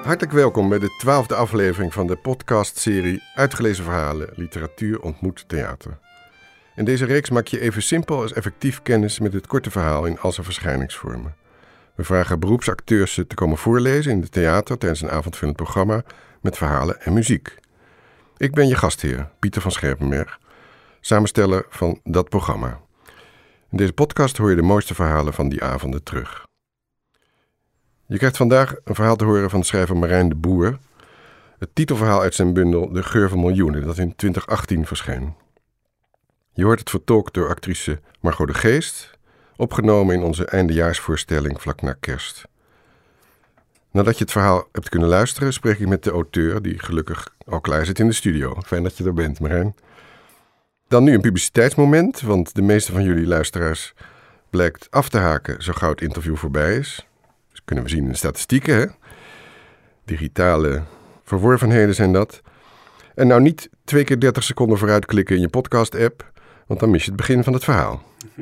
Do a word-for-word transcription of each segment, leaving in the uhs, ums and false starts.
Hartelijk welkom bij de twaalfde aflevering van de podcastserie Uitgelezen verhalen, literatuur ontmoet theater. In deze reeks maak je even simpel als effectief kennis met het korte verhaal in al zijn verschijningsvormen. We vragen beroepsacteurs ze te komen voorlezen in het theater tijdens een avondvullend programma met verhalen en muziek. Ik ben je gastheer, Pieter van Scherpenberg, samensteller van dat programma. In deze podcast hoor je de mooiste verhalen van die avonden terug. Je krijgt vandaag een verhaal te horen van de schrijver Marijn de Boer. Het titelverhaal uit zijn bundel De Geur van Miljoenen, dat in twintig achttien verscheen. Je hoort het vertolkt door actrice Margot de Geest, opgenomen in onze eindejaarsvoorstelling vlak na kerst. Nadat je het verhaal hebt kunnen luisteren, spreek ik met de auteur, die gelukkig al klaar zit in de studio. Fijn dat je er bent, Marijn. Dan nu een publiciteitsmoment, want de meeste van jullie luisteraars blijkt af te haken zo gauw het interview voorbij is. Dat kunnen we zien in de statistieken, hè? Digitale verworvenheden zijn dat. En nou niet twee keer dertig seconden vooruitklikken in je podcast-app, want dan mis je het begin van het verhaal.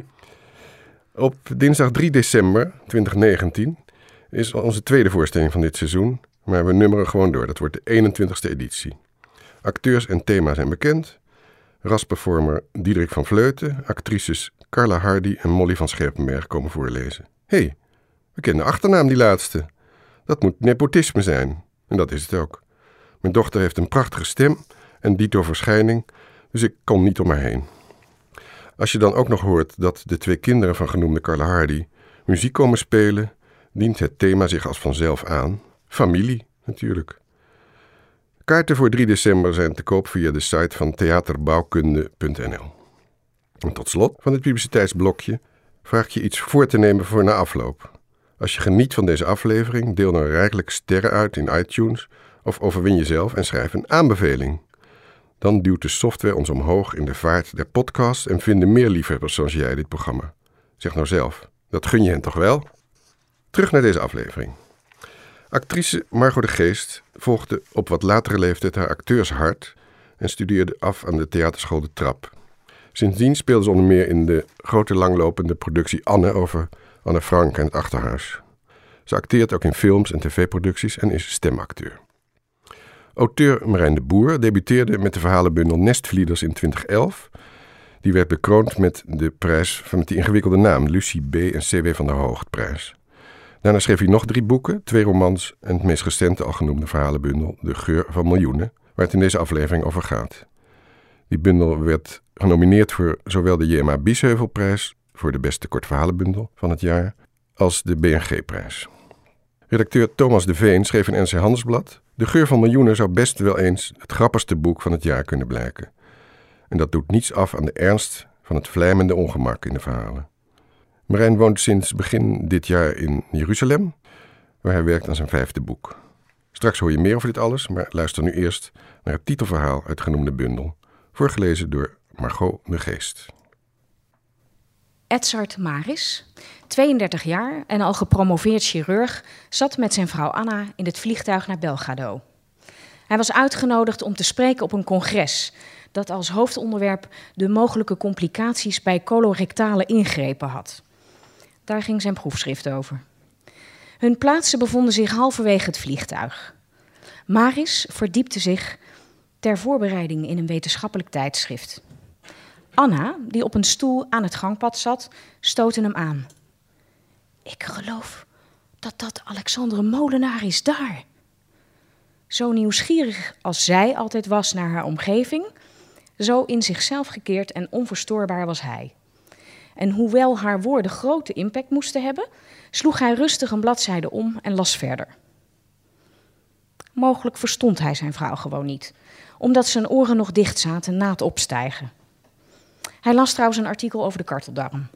Op dinsdag drie december twintig negentien is onze tweede voorstelling van dit seizoen, maar we nummeren gewoon door. Dat wordt de eenentwintigste editie. Acteurs en thema zijn bekend. Rasperformer Diederik van Vleuten, actrices Carla Hardy en Molly van Scherpenberg komen voorlezen. Hé, hey, we kennen de achternaam die laatste. Dat moet nepotisme zijn. En dat is het ook. Mijn dochter heeft een prachtige stem en dito verschijning, dus ik kon niet om haar heen. Als je dan ook nog hoort dat de twee kinderen van genoemde Carla Hardy muziek komen spelen, dient het thema zich als vanzelf aan. Familie, natuurlijk. Kaarten voor drie december zijn te koop via de site van theaterbouwkunde punt n l. En tot slot van het publiciteitsblokje vraag ik je iets voor te nemen voor na afloop. Als je geniet van deze aflevering, deel dan rijkelijk sterren uit in iTunes of overwin jezelf en schrijf een aanbeveling. Dan duwt de software ons omhoog in de vaart der podcasts en vinden meer liefhebbers zoals jij dit programma. Zeg nou zelf, dat gun je hen toch wel? Terug naar deze aflevering. Actrice Margot de Geest volgde op wat latere leeftijd haar acteurshart en studeerde af aan de theaterschool De Trap. Sindsdien speelde ze onder meer in de grote langlopende productie Anne over Anne Frank en het Achterhuis. Ze acteert ook in films en tv-producties en is stemacteur. Auteur Marijn de Boer debuteerde met de verhalenbundel Nestvlieders in twintig elf. Die werd bekroond met de prijs van met die ingewikkelde naam, Lucie B. en C W van der Hoogtprijs. Daarna schreef hij nog drie boeken, twee romans en het meest recente al genoemde verhalenbundel De Geur van Miljoenen, waar het in deze aflevering over gaat. Die bundel werd genomineerd voor zowel de J M A Biesheuvelprijs voor de beste kortverhalenbundel van het jaar, als de B N G-prijs. Redacteur Thomas de Veen schreef in N R C Handelsblad: De Geur van Miljoenen zou best wel eens het grappigste boek van het jaar kunnen blijken. En dat doet niets af aan de ernst van het vlijmende ongemak in de verhalen. Marijn woont sinds begin dit jaar in Jeruzalem, waar hij werkt aan zijn vijfde boek. Straks hoor je meer over dit alles, maar luister nu eerst naar het titelverhaal uit genoemde bundel, voorgelezen door Margot de Geest. Edzard Maris, tweeëndertig jaar en al gepromoveerd chirurg, zat met zijn vrouw Anna in het vliegtuig naar Belgrado. Hij was uitgenodigd om te spreken op een congres dat als hoofdonderwerp de mogelijke complicaties bij colorectale ingrepen had. Daar ging zijn proefschrift over. Hun plaatsen bevonden zich halverwege het vliegtuig. Maris verdiepte zich ter voorbereiding in een wetenschappelijk tijdschrift. Anna, die op een stoel aan het gangpad zat, stootte hem aan. Ik geloof dat dat Alexandre Molenaar is daar. Zo nieuwsgierig als zij altijd was naar haar omgeving, zo in zichzelf gekeerd en onverstoorbaar was hij. En hoewel haar woorden grote impact moesten hebben, sloeg hij rustig een bladzijde om en las verder. Mogelijk verstond hij zijn vrouw gewoon niet, omdat zijn oren nog dicht zaten na het opstijgen. Hij las trouwens een artikel over de karteldarm.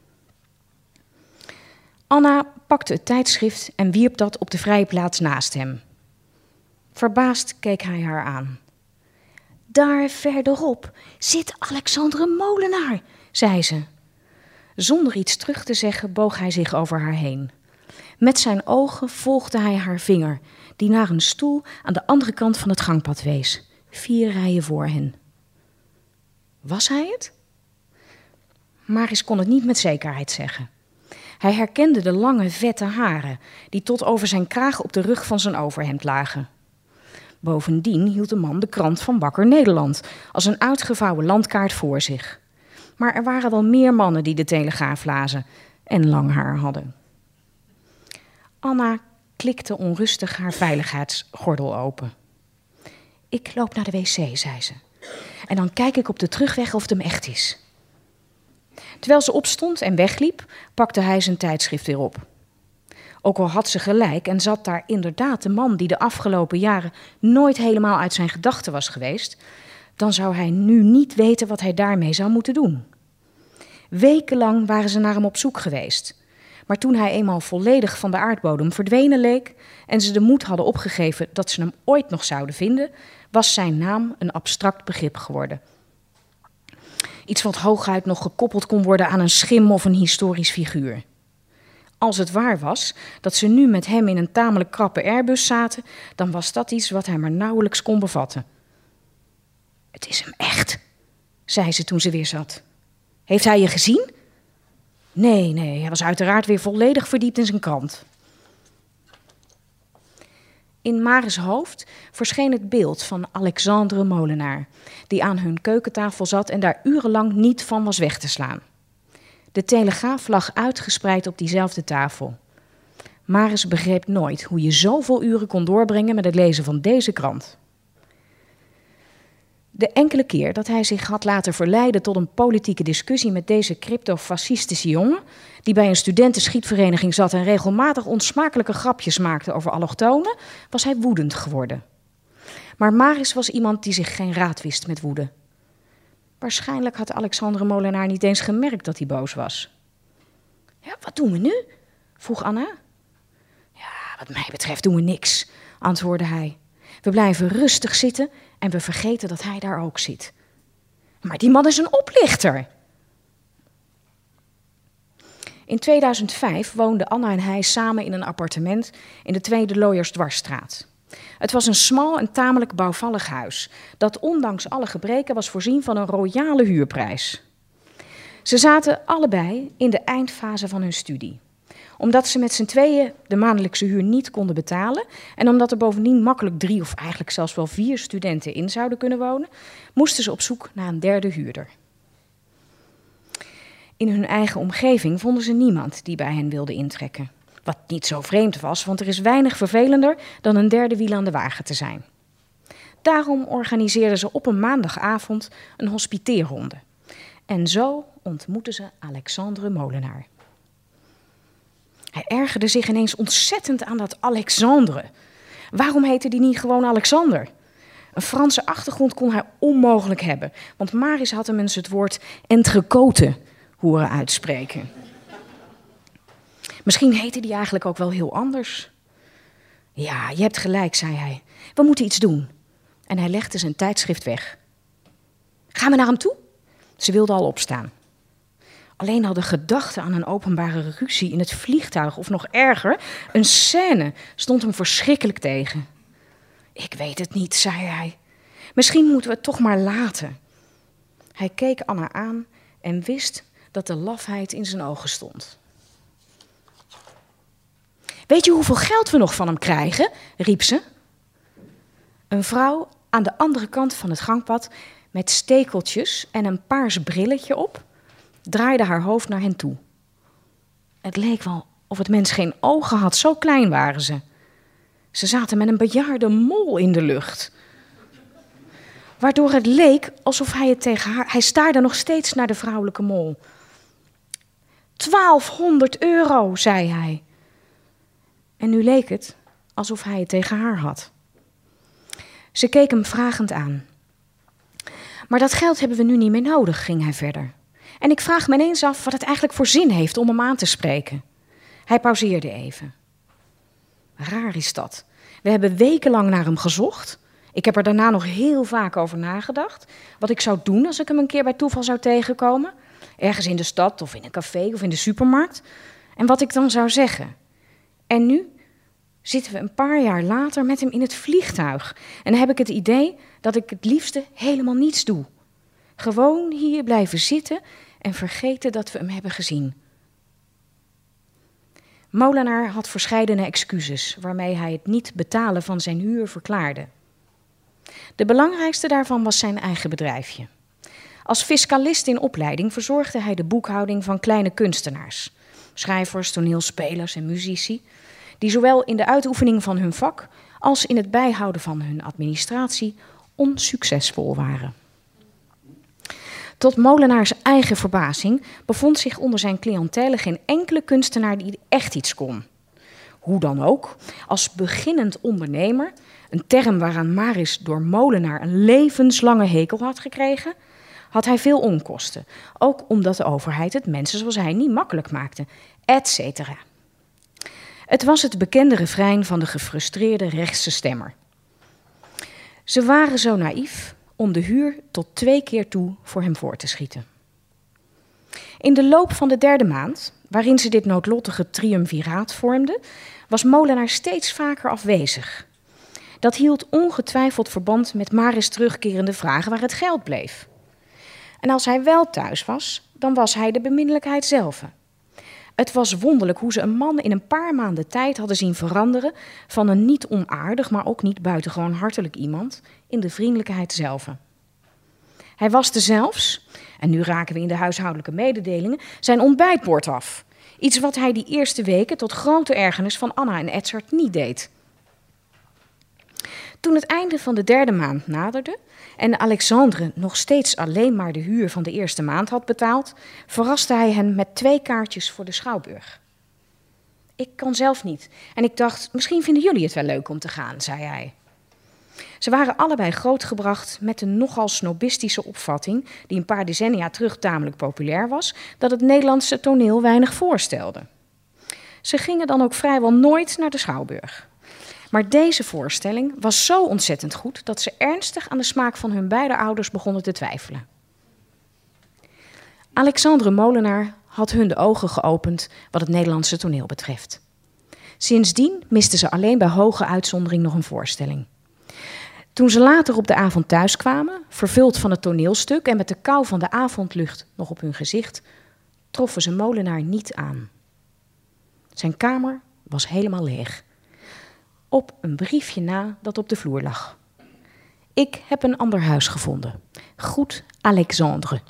Anna pakte het tijdschrift en wierp dat op de vrije plaats naast hem. Verbaasd keek hij haar aan. Daar verderop zit Alexandre Molenaar, zei ze. Zonder iets terug te zeggen boog hij zich over haar heen. Met zijn ogen volgde hij haar vinger, die naar een stoel aan de andere kant van het gangpad wees, vier rijen voor hen. Was hij het? Maris kon het niet met zekerheid zeggen. Hij herkende de lange, vette haren die tot over zijn kraag op de rug van zijn overhemd lagen. Bovendien hield de man de krant van Wakker Nederland als een uitgevouwen landkaart voor zich. Maar er waren wel meer mannen die de Telegraaf lazen en lang haar hadden. Anna klikte onrustig haar veiligheidsgordel open. Ik loop naar de wc, zei ze. En dan kijk ik op de terugweg of het hem echt is. Terwijl ze opstond en wegliep, pakte hij zijn tijdschrift weer op. Ook al had ze gelijk en zat daar inderdaad de man die de afgelopen jaren nooit helemaal uit zijn gedachten was geweest, dan zou hij nu niet weten wat hij daarmee zou moeten doen. Wekenlang waren ze naar hem op zoek geweest. Maar toen hij eenmaal volledig van de aardbodem verdwenen leek en ze de moed hadden opgegeven dat ze hem ooit nog zouden vinden, was zijn naam een abstract begrip geworden. Iets wat hooguit nog gekoppeld kon worden aan een schim of een historisch figuur. Als het waar was dat ze nu met hem in een tamelijk krappe Airbus zaten, dan was dat iets wat hij maar nauwelijks kon bevatten. Het is hem echt, zei ze toen ze weer zat. Heeft hij je gezien? Nee, nee, hij was uiteraard weer volledig verdiept in zijn krant. In Maris' hoofd verscheen het beeld van Alexandre Molenaar, die aan hun keukentafel zat en daar urenlang niet van was weg te slaan. De Telegraaf lag uitgespreid op diezelfde tafel. Maris begreep nooit hoe je zoveel uren kon doorbrengen met het lezen van deze krant. De enkele keer dat hij zich had laten verleiden tot een politieke discussie met deze cryptofascistische jongen, die bij een studentenschietvereniging zat en regelmatig onsmakelijke grapjes maakte over allochtonen, was hij woedend geworden. Maar Maris was iemand die zich geen raad wist met woede. Waarschijnlijk had Alexandre Molenaar niet eens gemerkt dat hij boos was. Ja, wat doen we nu? Vroeg Anna. Ja, wat mij betreft doen we niks, antwoordde hij. We blijven rustig zitten en we vergeten dat hij daar ook zit. Maar die man is een oplichter. In tweeduizend vijf woonden Anna en hij samen in een appartement in de Tweede Looiersdwarsstraat. Het was een smal en tamelijk bouwvallig huis, dat ondanks alle gebreken was voorzien van een royale huurprijs. Ze zaten allebei in de eindfase van hun studie. Omdat ze met z'n tweeën de maandelijkse huur niet konden betalen en omdat er bovendien makkelijk drie of eigenlijk zelfs wel vier studenten in zouden kunnen wonen, moesten ze op zoek naar een derde huurder. In hun eigen omgeving vonden ze niemand die bij hen wilde intrekken. Wat niet zo vreemd was, want er is weinig vervelender dan een derde wiel aan de wagen te zijn. Daarom organiseerden ze op een maandagavond een hospiteerronde. En zo ontmoetten ze Alexandre Molenaar. Hij ergerde zich ineens ontzettend aan dat Alexandre. Waarom heette die niet gewoon Alexander? Een Franse achtergrond kon hij onmogelijk hebben, want Maris had hem eens het woord entrecote horen uitspreken. Misschien heette die eigenlijk ook wel heel anders. Ja, je hebt gelijk, zei hij. We moeten iets doen. En hij legde zijn tijdschrift weg. Gaan we naar hem toe? Ze wilde al opstaan. Alleen al de gedachte aan een openbare ruzie in het vliegtuig, of nog erger, een scène, stond hem verschrikkelijk tegen. Ik weet het niet, zei hij. Misschien moeten we het toch maar laten. Hij keek Anna aan en wist dat de lafheid in zijn ogen stond. Weet je hoeveel geld we nog van hem krijgen? Riep ze. Een vrouw aan de andere kant van het gangpad met stekeltjes en een paars brilletje op draaide haar hoofd naar hen toe. Het leek wel of het mens geen ogen had, zo klein waren ze. Ze zaten met een bejaarde mol in de lucht. Waardoor het leek alsof hij het tegen haar... Hij staarde nog steeds naar de vrouwelijke mol. twaalfhonderd euro, zei hij. En nu leek het alsof hij het tegen haar had. Ze keek hem vragend aan. Maar dat geld hebben we nu niet meer nodig, ging hij verder. En ik vraag me ineens af wat het eigenlijk voor zin heeft om hem aan te spreken. Hij pauzeerde even. Raar is dat. We hebben wekenlang naar hem gezocht. Ik heb er daarna nog heel vaak over nagedacht. Wat ik zou doen als ik hem een keer bij toeval zou tegenkomen. Ergens in de stad of in een café of in de supermarkt. En wat ik dan zou zeggen. En nu zitten we een paar jaar later met hem in het vliegtuig. En heb ik het idee dat ik het liefste helemaal niets doe. Gewoon hier blijven zitten en vergeten dat we hem hebben gezien. Molenaar had verscheidene excuses waarmee hij het niet betalen van zijn huur verklaarde. De belangrijkste daarvan was zijn eigen bedrijfje. Als fiscalist in opleiding verzorgde hij de boekhouding van kleine kunstenaars, schrijvers, toneelspelers en muzici, die zowel in de uitoefening van hun vak als in het bijhouden van hun administratie onsuccesvol waren. Tot Molenaars eigen verbazing bevond zich onder zijn cliëntele geen enkele kunstenaar die echt iets kon. Hoe dan ook, als beginnend ondernemer, een term waaraan Maris door Molenaar een levenslange hekel had gekregen, had hij veel onkosten. Ook omdat de overheid het mensen zoals hij niet makkelijk maakte, et cetera. Het was het bekende refrein van de gefrustreerde rechtse stemmer. Ze waren zo naïef om de huur tot twee keer toe voor hem voor te schieten. In de loop van de derde maand, waarin ze dit noodlottige triumviraat vormden, was Molenaar steeds vaker afwezig. Dat hield ongetwijfeld verband met Maris' terugkerende vragen waar het geld bleef. En als hij wel thuis was, dan was hij de beminnelijkheid zelf. Het was wonderlijk hoe ze een man in een paar maanden tijd hadden zien veranderen van een niet onaardig, maar ook niet buitengewoon hartelijk iemand in de vriendelijkheid zelf. Hij waste zelfs, en nu raken we in de huishoudelijke mededelingen, zijn ontbijtbord af. Iets wat hij die eerste weken tot grote ergernis van Anna en Edzard niet deed. Toen het einde van de derde maand naderde en Alexandre nog steeds alleen maar de huur van de eerste maand had betaald, verraste hij hen met twee kaartjes voor de Schouwburg. Ik kan zelf niet en ik dacht, misschien vinden jullie het wel leuk om te gaan, zei hij. Ze waren allebei grootgebracht met een nogal snobistische opvatting, die een paar decennia terug tamelijk populair was, dat het Nederlandse toneel weinig voorstelde. Ze gingen dan ook vrijwel nooit naar de Schouwburg. Maar deze voorstelling was zo ontzettend goed dat ze ernstig aan de smaak van hun beide ouders begonnen te twijfelen. Alexandre Molenaar had hun de ogen geopend wat het Nederlandse toneel betreft. Sindsdien misten ze alleen bij hoge uitzondering nog een voorstelling. Toen ze later op de avond thuiskwamen, vervuld van het toneelstuk en met de kou van de avondlucht nog op hun gezicht, troffen ze Molenaar niet aan. Zijn kamer was helemaal leeg. Op een briefje na dat op de vloer lag. Ik heb een ander huis gevonden. Groet Alexandre.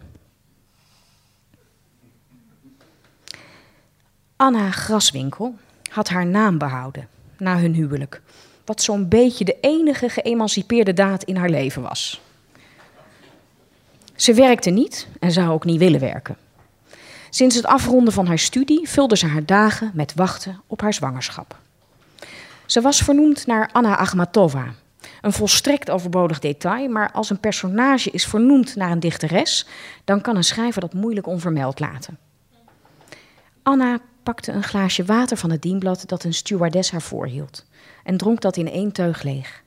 Anna Graswinkel had haar naam behouden na hun huwelijk, wat zo'n beetje de enige geëmancipeerde daad in haar leven was. Ze werkte niet en zou ook niet willen werken. Sinds het afronden van haar studie vulde ze haar dagen met wachten op haar zwangerschap. Ze was vernoemd naar Anna Akhmatova. Een volstrekt overbodig detail, maar als een personage is vernoemd naar een dichteres, dan kan een schrijver dat moeilijk onvermeld laten. Anna pakte een glaasje water van het dienblad dat een stewardess haar voorhield en dronk dat in één teug leeg.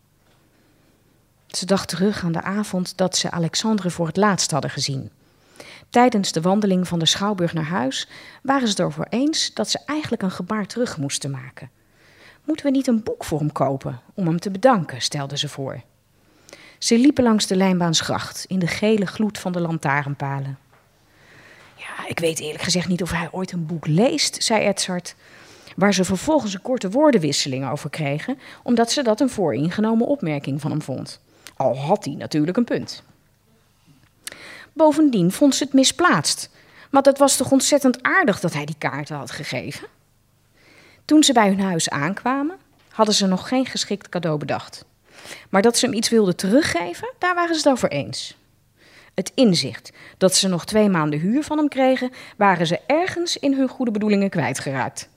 Ze dacht terug aan de avond dat ze Alexandre voor het laatst hadden gezien. Tijdens de wandeling van de Schouwburg naar huis waren ze het erover eens dat ze eigenlijk een gebaar terug moesten maken. Moeten we niet een boek voor hem kopen om hem te bedanken, stelde ze voor. Ze liepen langs de Lijnbaansgracht in de gele gloed van de lantaarnpalen. Ja, ik weet eerlijk gezegd niet of hij ooit een boek leest, zei Edzard, waar ze vervolgens een korte woordenwisseling over kregen, omdat ze dat een vooringenomen opmerking van hem vond. Al had hij natuurlijk een punt. Bovendien vond ze het misplaatst, want het was toch ontzettend aardig dat hij die kaarten had gegeven. Toen ze bij hun huis aankwamen, hadden ze nog geen geschikt cadeau bedacht. Maar dat ze hem iets wilden teruggeven, daar waren ze het over eens. Het inzicht dat ze nog twee maanden huur van hem kregen, waren ze ergens in hun goede bedoelingen kwijtgeraakt.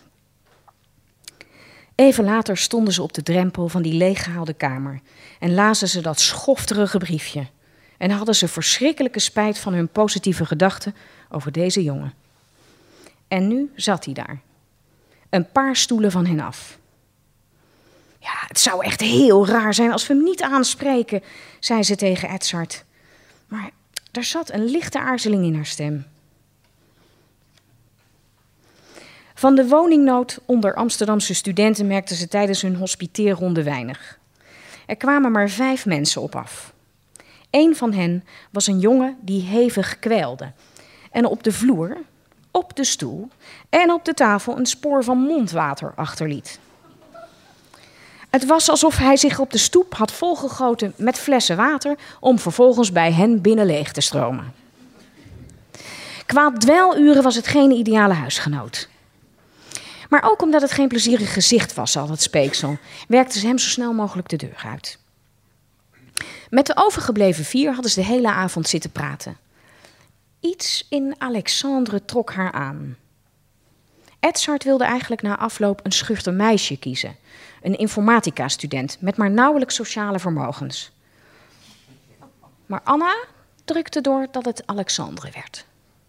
Even later stonden ze op de drempel van die leeggehaalde kamer en lazen ze dat schofterige briefje. En hadden ze verschrikkelijke spijt van hun positieve gedachten over deze jongen. En nu zat hij daar. Een paar stoelen van hen af. Ja, het zou echt heel raar zijn als we hem niet aanspreken, zei ze tegen Edzard. Maar er zat een lichte aarzeling in haar stem. Van de woningnood onder Amsterdamse studenten merkten ze tijdens hun hospiteerronde weinig. Er kwamen maar vijf mensen op af. Eén van hen was een jongen die hevig kwijlde en op de vloer, op de stoel en op de tafel een spoor van mondwater achterliet. Het was alsof hij zich op de stoep had volgegoten met flessen water om vervolgens bij hen binnen leeg te stromen. Qua dweluren was het geen ideale huisgenoot. Maar ook omdat het geen plezierig gezicht was, al het speeksel, werkte ze hem zo snel mogelijk de deur uit. Met de overgebleven vier hadden ze de hele avond zitten praten. Iets in Alexandre trok haar aan. Edzard wilde eigenlijk na afloop een schuchter meisje kiezen. Een informatica-student met maar nauwelijks sociale vermogens. Maar Anna drukte door dat het Alexandre werd.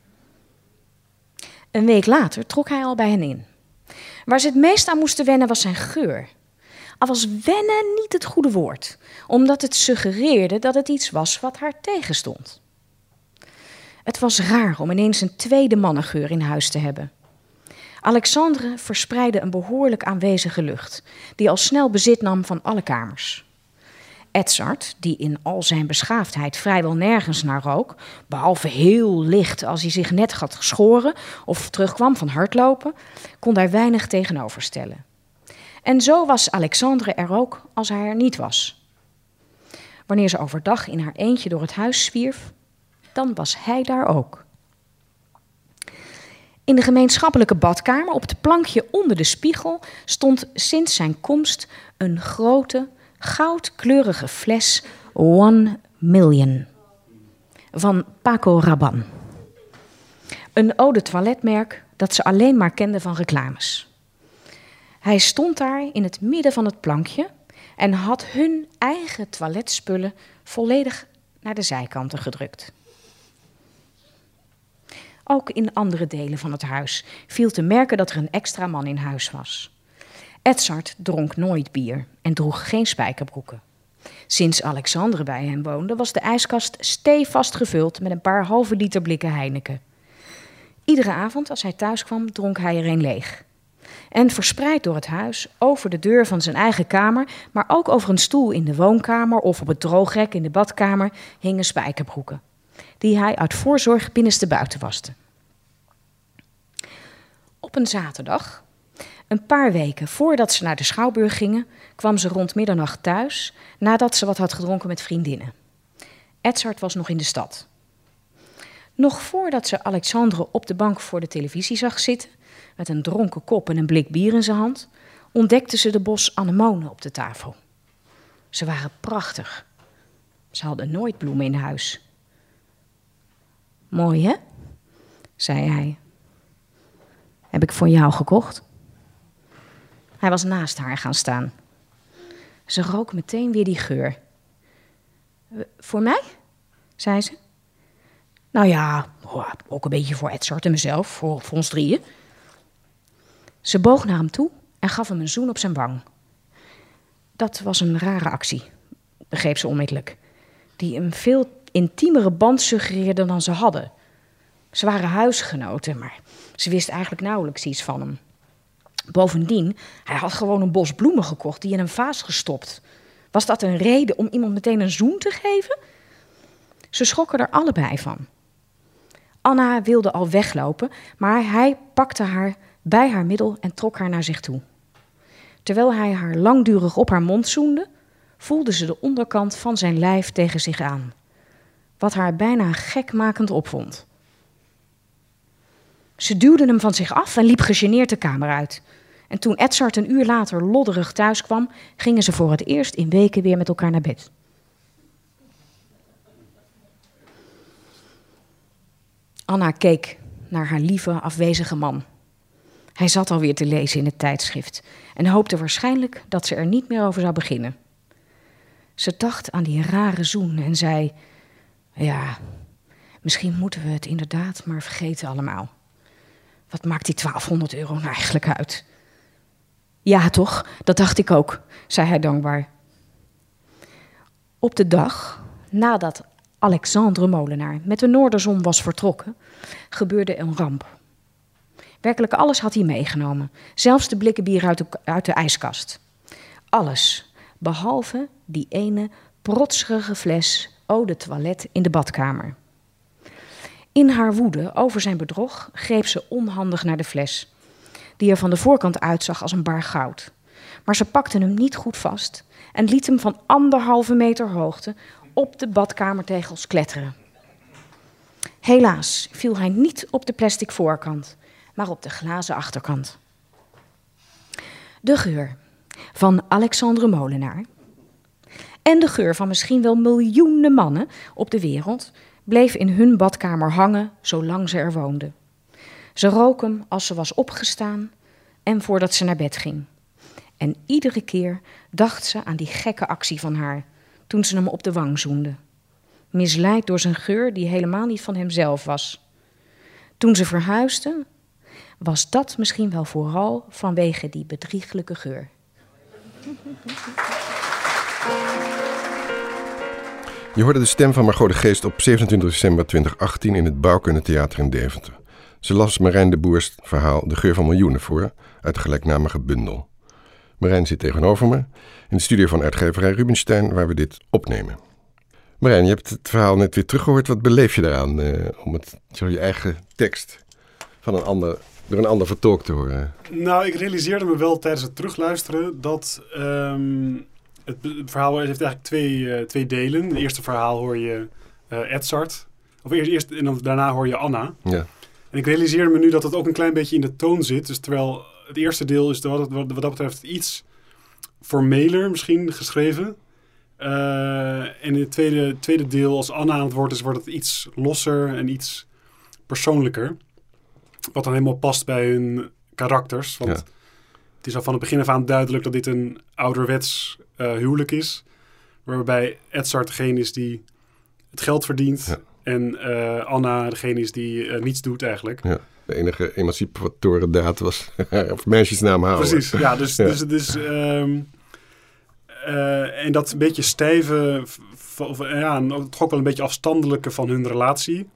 Een week later trok hij al bij hen in. Waar ze het meest aan moesten wennen was zijn geur. Al was wennen niet het goede woord, omdat het suggereerde dat het iets was wat haar tegenstond. Het was raar om ineens een tweede mannengeur in huis te hebben. Alexandre verspreidde een behoorlijk aanwezige lucht, die al snel bezit nam van alle kamers. Edzard, die in al zijn beschaafdheid vrijwel nergens naar rook, behalve heel licht als hij zich net had geschoren of terugkwam van hardlopen, kon daar weinig tegenover stellen. En zo was Alexandre er ook als hij er niet was. Wanneer ze overdag in haar eentje door het huis zwierf, dan was hij daar ook. In de gemeenschappelijke badkamer, op het plankje onder de spiegel, stond sinds zijn komst een grote, goudkleurige fles One Million van Paco Rabanne. Een eau de toiletmerk dat ze alleen maar kende van reclames. Hij stond daar in het midden van het plankje en had hun eigen toiletspullen volledig naar de zijkanten gedrukt. Ook in andere delen van het huis viel te merken dat er een extra man in huis was. Edzard dronk nooit bier en droeg geen spijkerbroeken. Sinds Alexandre bij hem woonde was de ijskast stevast gevuld met een paar halve liter blikken Heineken. Iedere avond als hij thuis kwam dronk hij er een leeg. En verspreid door het huis, over de deur van zijn eigen kamer, maar ook over een stoel in de woonkamer of op het droogrek in de badkamer, hingen spijkerbroeken, die hij uit voorzorg binnenstebuiten waste. Op een zaterdag, een paar weken voordat ze naar de schouwburg gingen, kwam ze rond middernacht thuis nadat ze wat had gedronken met vriendinnen. Edzard was nog in de stad. Nog voordat ze Alexandre op de bank voor de televisie zag zitten, met een dronken kop en een blik bier in zijn hand, ontdekte ze de bos anemonen op de tafel. Ze waren prachtig. Ze hadden nooit bloemen in huis. Mooi, hè? Zei hij. Heb ik voor jou gekocht? Hij was naast haar gaan staan. Ze rook meteen weer die geur. Voor mij? Zei ze. Nou ja, ook een beetje voor Edzard en mezelf, voor, voor ons drieën. Ze boog naar hem toe en gaf hem een zoen op zijn wang. Dat was een rare actie, begreep ze onmiddellijk, die een veel intiemere band suggereerde dan ze hadden. Ze waren huisgenoten, maar ze wist eigenlijk nauwelijks iets van hem. Bovendien, hij had gewoon een bos bloemen gekocht die in een vaas gestopt. Was dat een reden om iemand meteen een zoen te geven? Ze schrokken er allebei van. Anna wilde al weglopen, maar hij pakte haar bij haar middel en trok haar naar zich toe. Terwijl hij haar langdurig op haar mond zoende, voelde ze de onderkant van zijn lijf tegen zich aan, wat haar bijna gekmakend opvond. Ze duwde hem van zich af en liep gegeneerd de kamer uit. En toen Edzard een uur later lodderig thuis kwam, gingen ze voor het eerst in weken weer met elkaar naar bed. Anna keek naar haar lieve, afwezige man. Hij zat alweer te lezen in het tijdschrift en hoopte waarschijnlijk dat ze er niet meer over zou beginnen. Ze dacht aan die rare zoen en zei, ja, misschien moeten we het inderdaad maar vergeten allemaal. Wat maakt die twaalfhonderd euro nou eigenlijk uit? Ja, toch? Dat dacht ik ook, zei hij dankbaar. Op de dag nadat Alexandre Molenaar met de noorderzon was vertrokken, gebeurde een ramp. Werkelijk alles had hij meegenomen, zelfs de blikken bier uit de, uit de ijskast. Alles, behalve die ene protserige fles eau de toilette in de badkamer. In haar woede over zijn bedrog greep ze onhandig naar de fles, die er van de voorkant uitzag als een bar goud. Maar ze pakten hem niet goed vast en liet hem van anderhalve meter hoogte op de badkamertegels kletteren. Helaas viel hij niet op de plastic voorkant, maar op de glazen achterkant. De geur van Alexandre Molenaar en de geur van misschien wel miljoenen mannen op de wereld bleef in hun badkamer hangen zolang ze er woonden. Ze rook hem als ze was opgestaan en voordat ze naar bed ging. En iedere keer dacht ze aan die gekke actie van haar toen ze hem op de wang zoende. Misleid door zijn geur die helemaal niet van hemzelf was. Toen ze verhuisden, was dat misschien wel vooral vanwege die bedrieglijke geur. Je hoorde de stem van Margot de Geest op zevenentwintig december twintig achttien in het Bouwkunde Theater in Deventer. Ze las Marijn de Boers verhaal De Geur van Miljoenen voor uit de gelijknamige bundel. Marijn zit tegenover me in de studio van uitgeverij Rubinstein waar we dit opnemen. Marijn, je hebt het verhaal net weer teruggehoord. Wat beleef je daaraan uh, om het, zo je eigen tekst van een ander, door een ander vertolkt te horen? Nou, ik realiseerde me wel tijdens het terugluisteren dat um, het, het verhaal heeft eigenlijk twee, uh, twee delen. In het eerste verhaal hoor je uh, Edzard, of eerst, eerst en dan, daarna hoor je Anna. Ja. En ik realiseerde me nu dat het ook een klein beetje in de toon zit. Dus terwijl het eerste deel is wat, wat, wat dat betreft iets formeler misschien geschreven. Uh, en in het tweede, tweede deel, als Anna aan het woord is, wordt het iets losser en iets persoonlijker. Wat dan helemaal past bij hun karakters. Want ja. Het is al van het begin af aan duidelijk dat dit een ouderwets uh, huwelijk is. Waarbij Edzard degene is die het geld verdient. Ja. En uh, Anna degene is die uh, niets doet eigenlijk. Ja. De enige emancipatoren daad was of meisjesnaam houden. Precies, ja. Dus, ja. dus, dus um, uh, en dat een beetje stijve, of, ja, en ook, toch ook wel een beetje afstandelijke van hun relatie.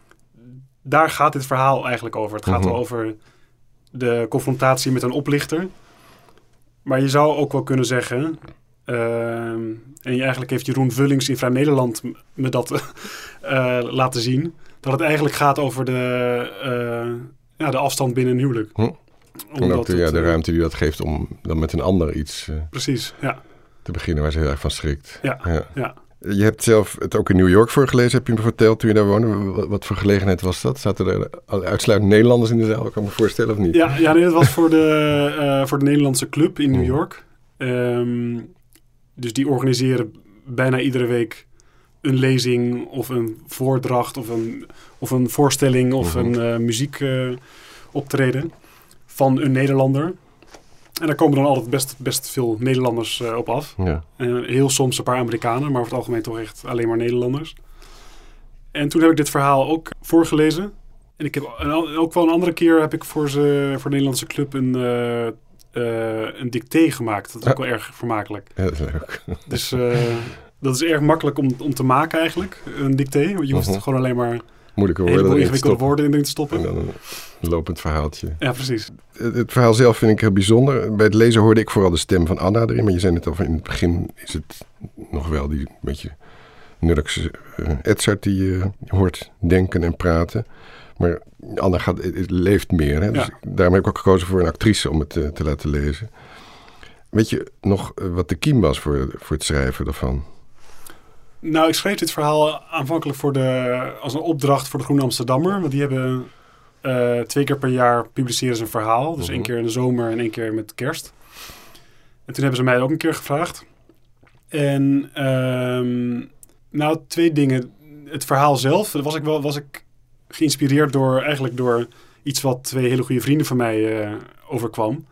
Daar gaat dit verhaal eigenlijk over. Het gaat mm-hmm. wel over de confrontatie met een oplichter. Maar je zou ook wel kunnen zeggen... Uh, en eigenlijk heeft Jeroen Vullings in Vrij Nederland me dat uh, laten zien... dat het eigenlijk gaat over de, uh, ja, de afstand binnen een huwelijk. Hm. En ook de, ja, de ruimte die dat geeft om dan met een ander iets uh, precies, ja. te beginnen waar ze heel erg van schrikt. Ja, ja. ja. Je hebt zelf het ook in New York voorgelezen, heb je me verteld toen je daar woonde. Wat, wat voor gelegenheid was dat? Zaten er uitsluitend Nederlanders in de zaal? Kan ik me voorstellen of niet? Ja, ja nee, dat was voor de, uh, voor de Nederlandse club in New York. Um, dus die organiseren bijna iedere week een lezing of een voordracht of een, of een voorstelling of mm-hmm. een uh, muziekoptreden uh, van een Nederlander. En daar komen dan altijd best, best veel Nederlanders uh, op af. Ja. Uh, heel soms een paar Amerikanen, maar over het algemeen toch echt alleen maar Nederlanders. En toen heb ik dit verhaal ook voorgelezen. En ik heb en ook wel een andere keer heb ik voor, ze, voor de Nederlandse club een, uh, uh, een dicté gemaakt. Dat is ook ja. wel erg vermakelijk. Ja, dat is leuk. Dus uh, dat is erg makkelijk om, om te maken eigenlijk, een dicté. Want je hoeft uh-huh. gewoon alleen maar... Moeilijke woorden erin ingewikkelde woorden in te stoppen. En dan een lopend verhaaltje. Ja, precies. Het, het verhaal zelf vind ik heel bijzonder. Bij het lezen hoorde ik vooral de stem van Anna erin. Maar je zei net al, in het begin is het nog wel die beetje nurkse uh, Edzard die je uh, hoort denken en praten. Maar Anna gaat, het, het leeft meer. Hè? Dus ja. Daarom heb ik ook gekozen voor een actrice om het uh, te laten lezen. Weet je nog uh, wat de kiem was voor, voor het schrijven daarvan? Nou, ik schreef dit verhaal aanvankelijk voor de, als een opdracht voor de Groene Amsterdammer. Want die hebben uh, twee keer per jaar publiceren ze een verhaal. Dus uh-huh. één keer in de zomer en één keer met kerst. En toen hebben ze mij ook een keer gevraagd. En um, nou, twee dingen. Het verhaal zelf was ik, wel, was ik geïnspireerd door eigenlijk door iets wat twee hele goede vrienden van mij uh, overkwam.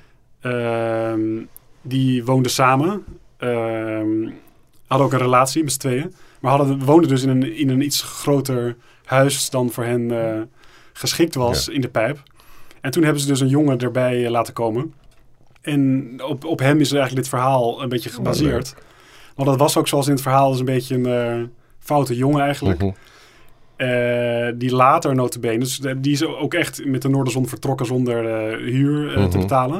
Uh-huh. Um, die woonden samen. Um, hadden ook een relatie met z'n tweeën. Maar hadden, woonden dus in een, in een iets groter huis dan voor hen uh, geschikt was ja. in de pijp. En toen hebben ze dus een jongen erbij uh, laten komen. En op, op hem is eigenlijk dit verhaal een beetje gebaseerd. Oh, want dat was ook zoals in het verhaal dus een beetje een uh, foute jongen eigenlijk. Uh-huh. Uh, die later notabene, dus die is ook echt met de Noorderzon vertrokken zonder uh, huur uh, uh-huh. te betalen.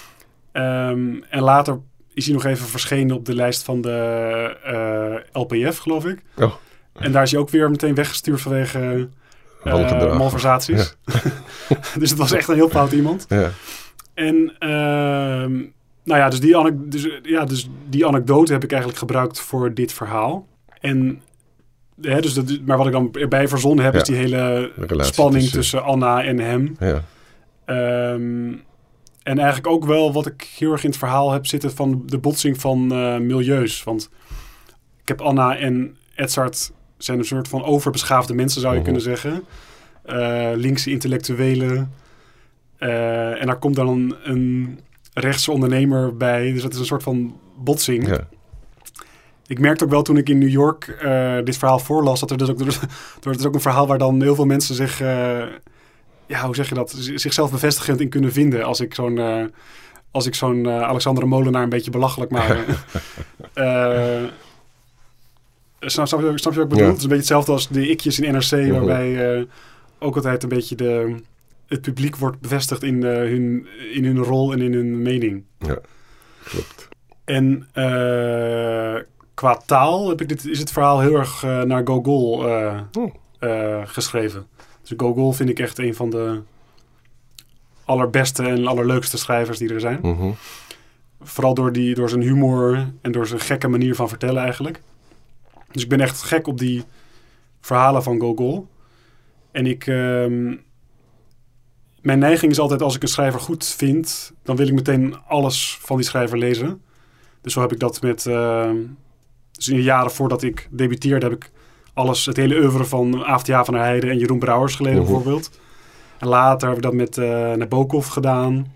Um, en later is hij nog even verschenen op de lijst van de uh, L P F, geloof ik. Oh. En daar is hij ook weer meteen weggestuurd vanwege uh, malversaties. Ja. Dus het was echt een heel fout iemand. Ja. En uh, nou ja, dus die, anek- dus, ja, dus die anekdote heb ik eigenlijk gebruikt voor dit verhaal. En, hè, dus dat, maar wat ik dan erbij verzonnen heb, ja. is die hele spanning tussen... tussen Anna en hem. Ja. Um, en eigenlijk ook wel wat ik heel erg in het verhaal heb zitten van de botsing van uh, milieus. Want ik heb Anna en Edzard zijn een soort van overbeschaafde mensen, zou je uh-huh. kunnen zeggen. Uh, linkse intellectuelen. Uh, en daar komt dan een, een rechtse ondernemer bij. Dus dat is een soort van botsing. Ja. Ik merkte ook wel toen ik in New York uh, dit verhaal voorlas... dat er dus ook, er is ook een verhaal waar dan heel veel mensen zich... Uh, ja, hoe zeg je dat? Zichzelf bevestigend in kunnen vinden. Als ik zo'n, uh, als ik zo'n uh, Alexander Molenaar een beetje belachelijk maak. uh, snap, snap, je, snap je wat ik bedoel? Ja. Het is een beetje hetzelfde als de ikjes in N R C... Uh-huh. waarbij uh, ook altijd een beetje de... het publiek wordt bevestigd in, uh, hun, in hun rol en in hun mening. Ja, klopt. En uh, qua taal heb ik dit, is het verhaal heel erg uh, naar Gogol uh, oh. uh, geschreven. Dus Gogol vind ik echt een van de allerbeste en allerleukste schrijvers die er zijn. Uh-huh. Vooral door, die, door zijn humor en door zijn gekke manier van vertellen eigenlijk. Dus ik ben echt gek op die verhalen van Gogol. En ik... Uh, Mijn neiging is altijd, als ik een schrijver goed vind... dan wil ik meteen alles van die schrijver lezen. Dus zo heb ik dat met... Uh, dus in de jaren voordat ik debuteerde... heb ik alles, het hele oeuvre van Aafje van der Heijden... en Jeroen Brouwers gelezen, uh-huh. bijvoorbeeld. En later heb ik dat met uh, Nabokov gedaan.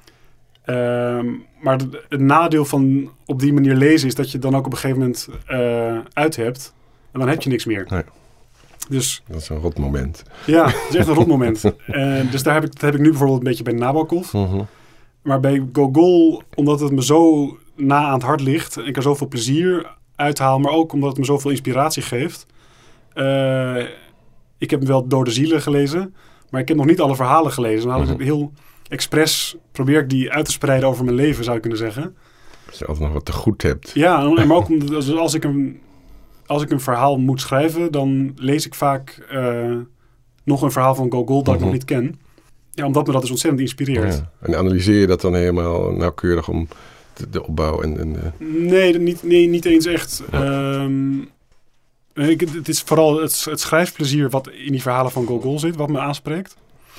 Uh, maar het, het nadeel van op die manier lezen... is dat je dan ook op een gegeven moment uh, uit hebt. En dan heb je niks meer. Nee. Dus, dat is een rot moment. Ja, dat is echt een rot moment. uh, dus daar heb ik, dat heb ik nu bijvoorbeeld een beetje bij Nabokov. Uh-huh. Maar bij Gogol, omdat het me zo na aan het hart ligt... en ik er zoveel plezier uithaal... maar ook omdat het me zoveel inspiratie geeft. Uh, ik heb hem wel Dode Zielen gelezen... maar ik heb nog niet alle verhalen gelezen. Dan had uh-huh. ik heel expres probeer ik die uit te spreiden over mijn leven, zou ik kunnen zeggen. Dat je altijd nog wat te goed hebt. Ja, maar ook omdat, als ik een... Als ik een verhaal moet schrijven, dan lees ik vaak uh, nog een verhaal van Gogol dat uh-huh. ik nog niet ken. Ja, omdat me dat dus ontzettend inspireert. Ja. En analyseer je dat dan helemaal nauwkeurig om de, de opbouw en... en de... Nee, niet, nee, niet eens echt. Ja. Um, ik, het is vooral het, het schrijfplezier wat in die verhalen van Gogol zit, wat me aanspreekt.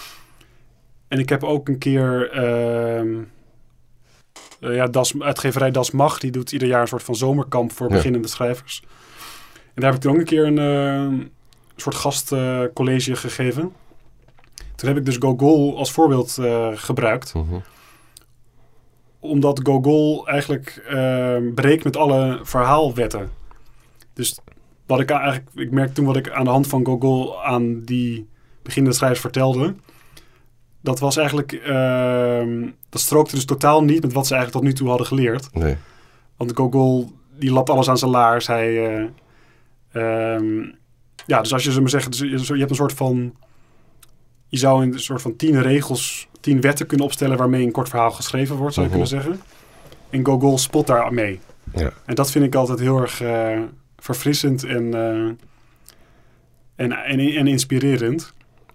En ik heb ook een keer... Uh, uh, ja, Das, uitgeverij Das Mag, die doet ieder jaar een soort van zomerkamp voor beginnende ja. schrijvers. En daar heb ik toen ook een keer een uh, soort gastcollege uh, gegeven. Toen heb ik dus Gogol als voorbeeld uh, gebruikt. Uh-huh. Omdat Gogol eigenlijk uh, breekt met alle verhaalwetten. Dus wat ik eigenlijk... Ik merk toen wat ik aan de hand van Gogol aan die beginnende schrijvers vertelde... Dat was eigenlijk... Uh, dat strookte dus totaal niet met wat ze eigenlijk tot nu toe hadden geleerd. Nee. Want Gogol, die lapt alles aan zijn laars. Hij... Uh, Um, ja, dus als je zo maar zeggen, dus je, je hebt een soort van, je zou een soort van tien regels, tien wetten kunnen opstellen waarmee een kort verhaal geschreven wordt, zou je uh-huh. kunnen zeggen. En Gogol spot daar mee. Ja. En dat vind ik altijd heel erg uh, verfrissend en, uh, en, en, en inspirerend.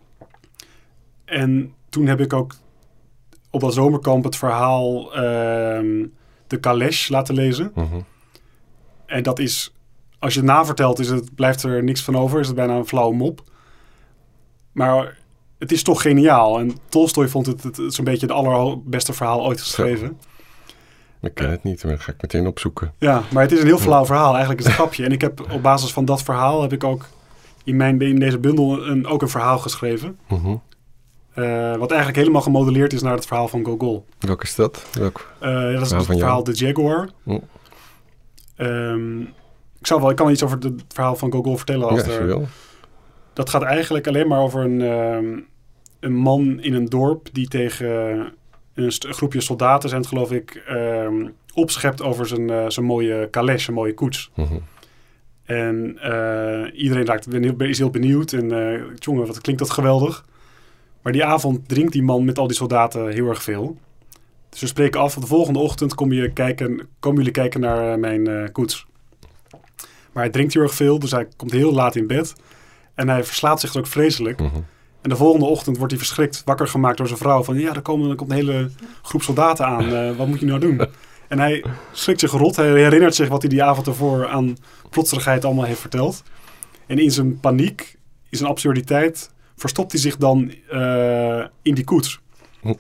En toen heb ik ook op dat zomerkamp het verhaal uh, De Kalesh laten lezen. Uh-huh. En dat is... Als je het navertelt, is het, blijft er niks van over. Is het bijna een flauwe mop. Maar het is toch geniaal. En Tolstoy vond het, het, het zo'n beetje het allerbeste verhaal ooit geschreven. Ja. Ik ken het niet, maar dat ga ik meteen opzoeken. Ja, maar het is een heel flauw verhaal. Eigenlijk is het een grapje. En ik heb op basis van dat verhaal... heb ik ook in, mijn, in deze bundel een, ook een verhaal geschreven. Uh-huh. Uh, wat eigenlijk helemaal gemodelleerd is naar het verhaal van Gogol. Welk is dat? Welk uh, ja, dat is het verhaal De Jaguar. Oh. Um, Ik, zou wel, ik kan iets over het verhaal van Gogol vertellen. Als ja, er, dat gaat eigenlijk alleen maar over een, um, een man in een dorp... die tegen een, st- een groepje soldaten zijn, geloof ik... Um, opschept over zijn, uh, zijn mooie kalesh, zijn mooie koets. Uh-huh. En uh, iedereen raakt, is heel benieuwd. En uh, jongen, wat klinkt dat geweldig. Maar die avond drinkt die man met al die soldaten heel erg veel. Dus we spreken af, de volgende ochtend kom je kijken, komen jullie kijken naar uh, mijn uh, koets. Maar hij drinkt heel erg veel, dus hij komt heel laat in bed. En hij verslaat zich er ook vreselijk. Uh-huh. En de volgende ochtend wordt hij verschrikt wakker gemaakt door zijn vrouw. Van ja, er, komen, er komt een hele groep soldaten aan. Uh, wat moet je nou doen? En hij schrikt zich rot. Hij herinnert zich wat hij die avond ervoor aan plotserigheid allemaal heeft verteld. En in zijn paniek, in zijn absurditeit, verstopt hij zich dan uh, in die koets. Uh,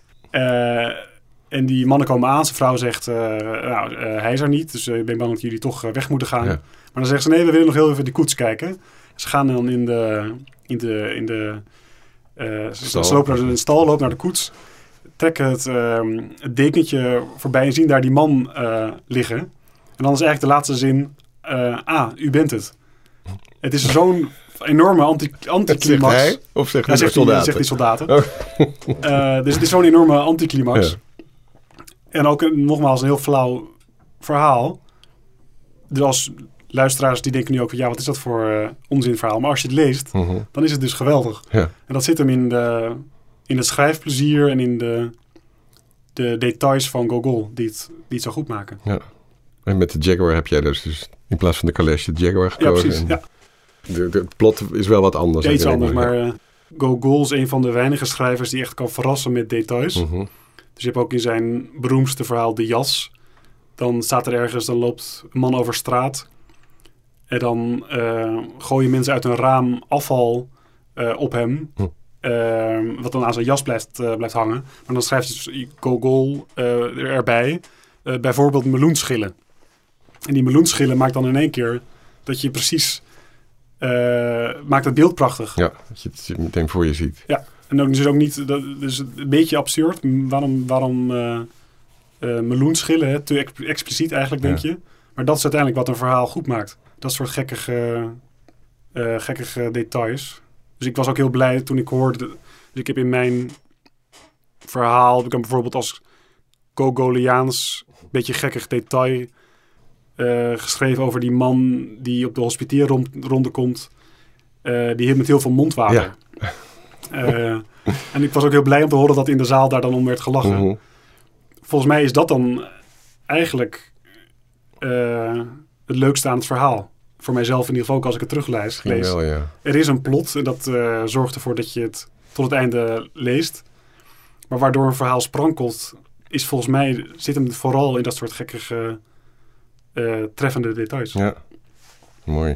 en die mannen komen aan. Zijn vrouw zegt, uh, nou, uh, hij is er niet. Dus uh, ik ben bang dat jullie toch uh, weg moeten gaan. Ja. Maar dan zeggen ze, nee, we willen nog heel even die koets kijken. Ze gaan dan in de... In de, in de uh, ze, ze lopen naar de stal, lopen naar de koets. Trekken het, uh, het dekentje voorbij en zien daar die man uh, liggen. En dan is eigenlijk de laatste zin... Uh, ah, u bent het. Het is zo'n enorme anti, anticlimax. Zegt hij? Of zegt hij zegt soldaten? Die, zegt die soldaten. Oh. uh, dus het is zo'n enorme anticlimax. Ja. En ook een, nogmaals een heel flauw verhaal. Dus als luisteraars die denken nu ook... ja, wat is dat voor uh, onzinverhaal? Maar als je het leest, uh-huh. dan is het dus geweldig. Ja. En dat zit hem in de... in het schrijfplezier en in de, de details van Gogol die het, die het zo goed maken. Ja. En met de Jaguar heb jij dus, dus in plaats van de Calèche de Jaguar gekozen. Ja, precies. Ja. De, de, het plot is wel wat anders. Ja, iets anders, maar uh, Gogol is een van de weinige schrijvers die echt kan verrassen met details. Uh-huh. Dus je hebt ook in zijn beroemdste verhaal De Jas. Dan staat er ergens, dan loopt een man over straat. En dan uh, gooien mensen uit een raam afval uh, op hem. Uh. Uh, wat dan aan zijn jas blijft, uh, blijft hangen. Maar dan schrijft dus Gogol uh, erbij. Uh, bijvoorbeeld meloenschillen. En die meloenschillen maakt dan in één keer dat je precies... Uh, maakt het beeld prachtig. Ja, dat je het meteen voor je ziet. Ja, en dan is het ook niet... Dat, dus een beetje absurd. Waarom, waarom uh, uh, meloenschillen? Hè? Te ex- expliciet eigenlijk, denk ja. je. Maar dat is uiteindelijk wat een verhaal goed maakt. Dat soort gekkige, uh, gekkige details. Dus ik was ook heel blij toen ik hoorde... Dus ik heb in mijn verhaal... Ik heb bijvoorbeeld als Gogoliaans... beetje gekkig detail... Uh, geschreven over die man... die op de hospitierronde komt... Uh, die heeft met heel veel mondwater. Ja. Uh, en ik was ook heel blij om te horen... dat in de zaal daar dan om werd gelachen. Uh-huh. Volgens mij is dat dan... eigenlijk... Uh, het leukste aan het verhaal. Voor mijzelf in ieder geval ook als ik het teruglees. Lees. Wel, ja. Er is een plot en dat uh, zorgt ervoor dat je het tot het einde leest. Maar waardoor een verhaal sprankelt, is volgens mij, zit hem vooral in dat soort gekkige, uh, treffende details. Ja, mooi.